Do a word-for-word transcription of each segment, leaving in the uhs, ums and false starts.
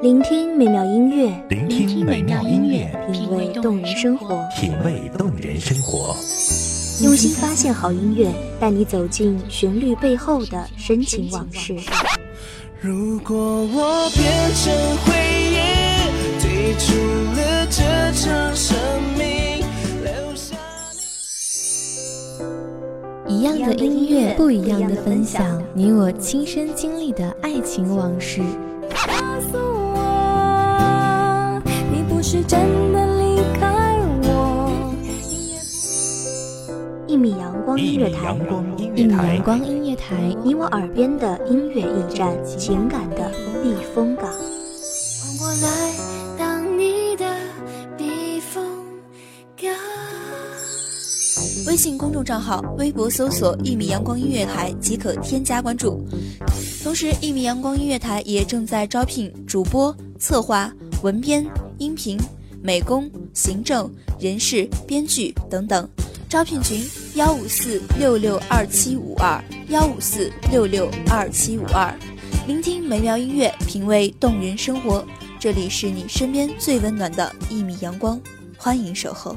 聆听美妙音乐， 聆听美妙音乐， 品味动人生活， 品味动人生活。 用心发现好音乐，带你走进旋律背后的深情往事。 如果我变成回忆，退出了这场生命，留下一样的音乐，不一样的分享，你我亲身经历的爱情往事。 告诉我，你不是真的离开我。 一米阳光音乐台， 一米阳光音乐台， 你我耳边的音乐驿站，情感的避风港。 换我来当你的避风港。 微信公众账号、微博搜索“一米阳光音乐台”即可添加关注。同时，一米阳光音乐台也正在招聘主播、策划、文编、音频、美工、行政、人事、编剧等等。招聘群：幺五四六六二七五二幺五四六六二七五二。聆听美妙音乐，品味动人生活。这里是你身边最温暖的一米阳光，欢迎守候。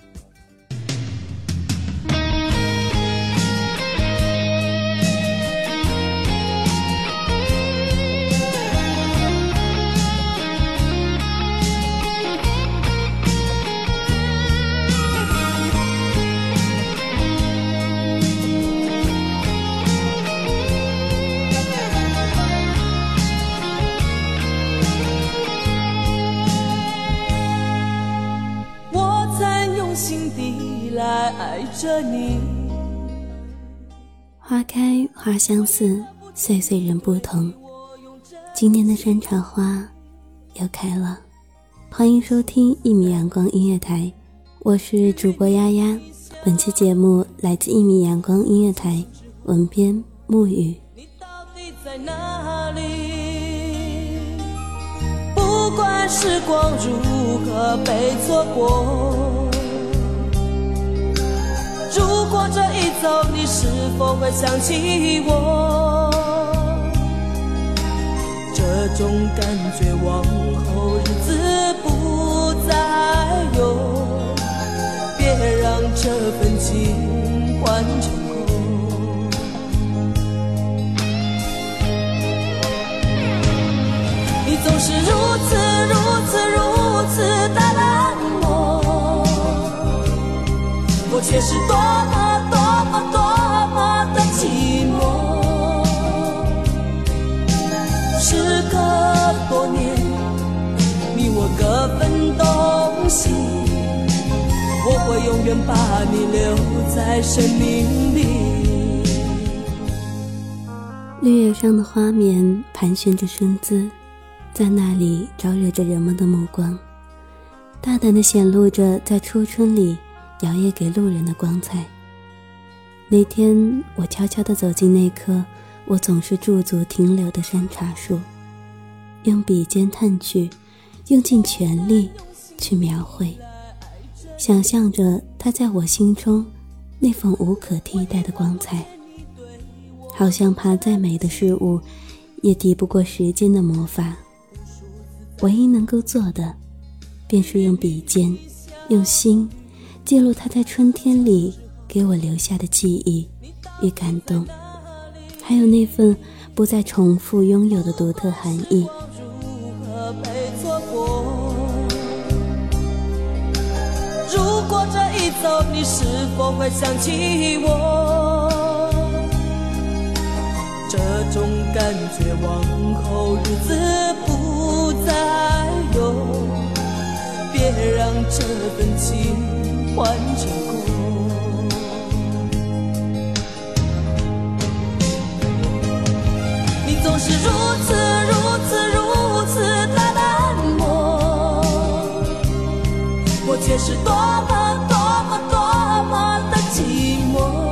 爱着你。 花开花相似，岁岁人不同。今年的山茶花要开了，欢迎收听一米阳光音乐台，我是主播丫丫。本期节目来自一米阳光音乐台，文编沐雨。 你到底在哪里？不管时光如何被错过，如果这一走，你是否会想起我？这种感觉往后日子不再有，别让这份情换成空。你总是如此如此如此的冷漠，我却是多么多么多么的寂寞。时隔多年，你我各分东西，我会永远把你留在生命里。 绿叶上的花棉盘旋着身姿，在那里招惹着人们的目光，大胆地显露着在初春里摇曳给路人的光彩。那天我悄悄地走进那棵我总是驻足停留的山茶树，用笔尖探去，用尽全力去描绘，想象着它在我心中那份无可替代的光彩，好像怕再美的事物也抵不过时间的魔法。唯一能够做的便是用笔尖用心记录它在春天里给我留下的记忆与感动，还有那份不再重复拥有的独特含义。 如果这一走，你是否会想起我？这种感觉往后日子不再有，别让这份情换成空。你总是如此如此如此的冷漠，我却是多么多么多么的寂寞。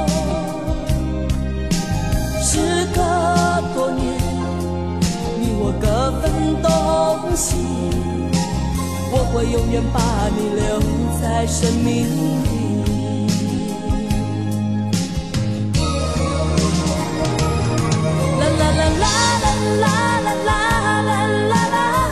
时隔多年，你我各分东西，我会永远把你留在生命里。啦啦啦啦啦啦啦啦啦啦啦。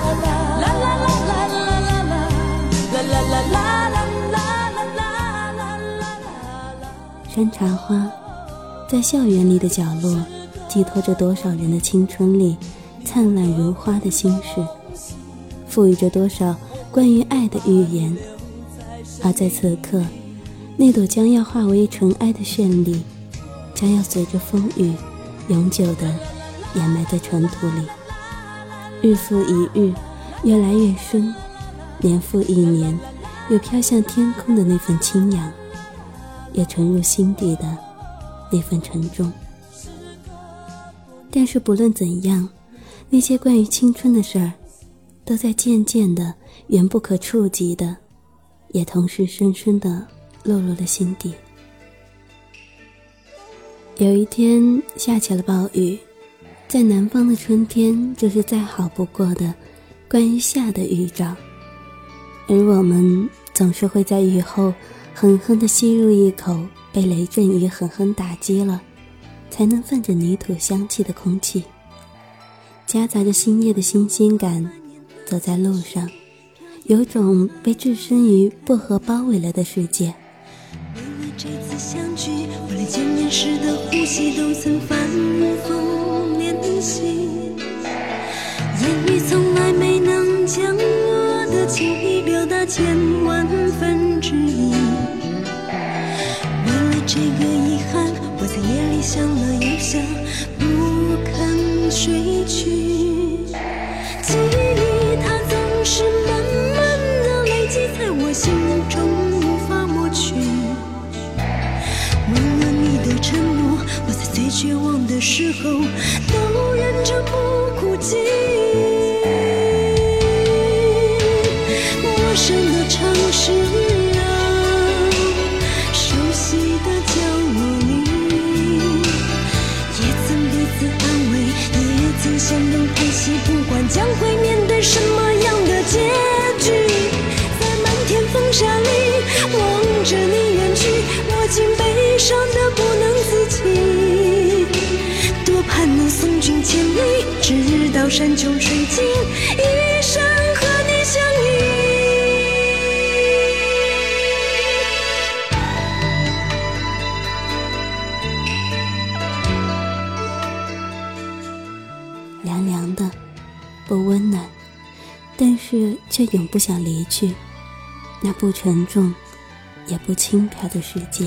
山茶花在校园里的角落寄托着多少人的青春里灿烂如花的心事，赋予着多少关于爱的预言。而在此刻，那朵将要化为尘埃的绚丽，将要随着风雨永久地掩埋在尘土里。日复一日，越来越深，年复一年，又飘向天空的那份清扬，也沉入心底的那份沉重。但是不论怎样，那些关于青春的事儿，都在渐渐的、远不可触及的，也同时深深的落入了心底。有一天下起了暴雨，在南方的春天，这是再好不过的关于夏的预兆，而我们总是会在雨后狠狠地吸入一口被雷阵雨狠狠打击了才能泛着泥土香气的空气，夹杂着新叶的新鲜感，走在路上，有种被置身于薄荷包围了的世界。 为了这次相聚，我连见面时的呼吸都曾反复练习，言语从来没能将我的情意表达千万分之一。为了这个遗憾，我在夜里想了又想，不肯睡去。记忆它总是慢慢的累积在我心中，无法抹去。为了你的承诺，我在最绝望的时候都忍着不哭泣。陌生的城市啊，熟悉的角落里，也曾彼此安慰，也曾相拥叹息，不管将会面对什么样的结局。在漫天风沙里望着你远去，我竟悲伤得不能自己。多盼能送君千里，直到山穷水尽，一生和你相依。 凉凉的，不温暖，但是却永不想离去，那不沉重也不轻飘的世界。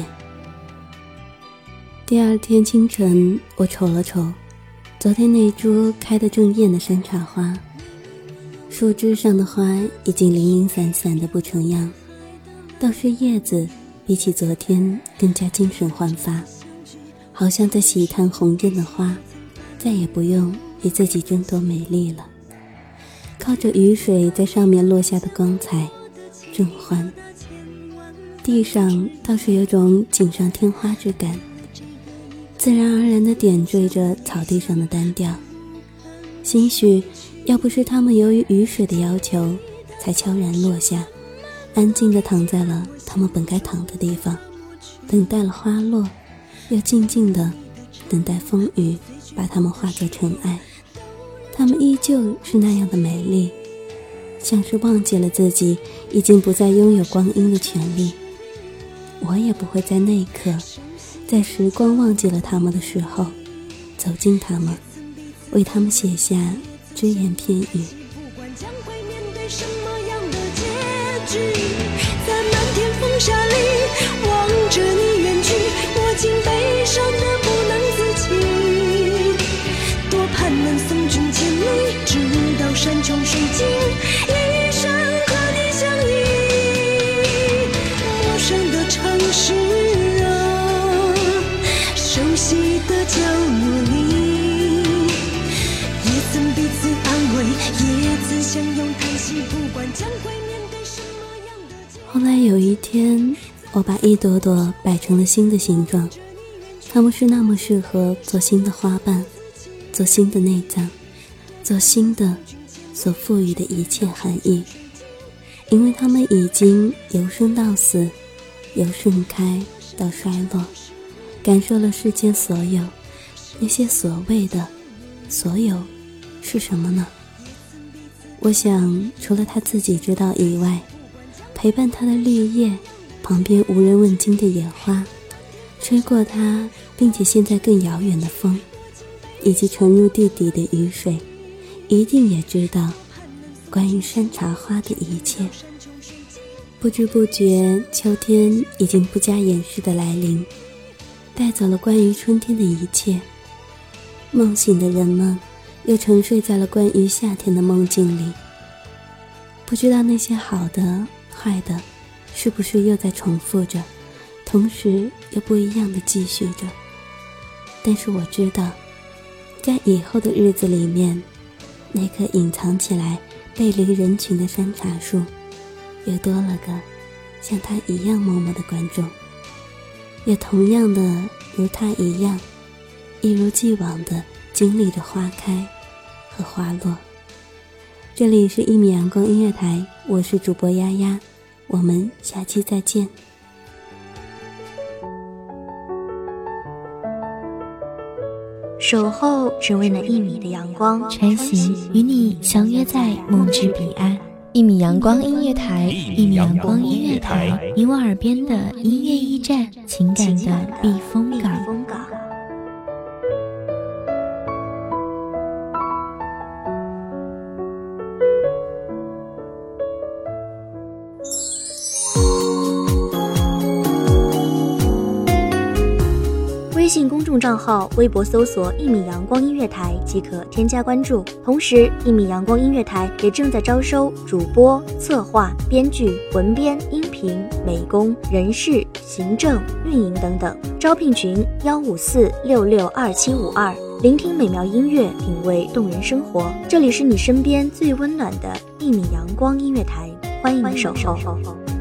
第二天清晨，我瞅了瞅昨天那株开得正艳的山茶花，树枝上的花已经零零散散的不成样，倒是叶子比起昨天更加精神焕发，好像在喜谈红艳的花再也不用与自己争夺美丽了，靠着雨水在上面落下的光彩正欢。地上倒是有种锦上添花之感，自然而然地点缀着草地上的单调。兴许要不是他们由于雨水的要求才悄然落下，安静地躺在了他们本该躺的地方，等待了花落，又静静地等待风雨把它们化作尘埃。它们依旧是那样的美丽，像是忘记了自己已经不再拥有光阴的权利。我也不会在那一刻，在时光忘记了他们的时候，走进他们，为他们写下只言片语。 不管将会面对什么样的结局，在漫天风沙里望着你远去，我竟悲伤得不能自己。多盼能送君千里，直到山穷水尽，一生和你相依。陌生的城市啊，熟悉的角落里，也曾彼此安慰，也曾相拥叹息，不管将会面对什么样的结局。 后来有一天，我把一朵朵摆成了新的形状，它们是那么适合做新的花瓣，做新的内脏，做新的所赋予的一切含义。因为它们已经由生到死，由盛开到衰落，感受了世间所有。那些所谓的所有是什么呢？我想除了他自己知道以外，陪伴他的绿叶，旁边无人问津的野花， 吹过它并且现在更遥远的风，以及沉入地底的雨水，一定也知道关于山茶花的一切。不知不觉，秋天已经不加掩饰的来临，带走了关于春天的一切。梦醒的人们又沉睡在了关于夏天的梦境里，不知道那些好的坏的是不是又在重复着，同时又不一样的继续着。但是我知道，在以后的日子里面，那棵隐藏起来背离人群的山茶树又多了个像他一样默默的观众，也同样的如他一样一如既往的经历着花开和花落。这里是一米阳光音乐台，我是主播丫丫，我们下期再见。 守候只为那一米的阳光， 穿行与你相约在梦之彼岸。一米阳光音乐台，一米阳光音乐台，你我耳边的音乐驿站，情感的避风港。 微信公众账号、微博搜索“一米阳光音乐台”即可添加关注。同时，一米阳光音乐台也正在招收主播、策划、编剧、文编、音频、美工、人事、行政、运营等等。招聘群：幺五四六六二七五二。聆听美妙音乐，品味动人生活。这里是你身边最温暖的一米阳光音乐台，欢迎你守候。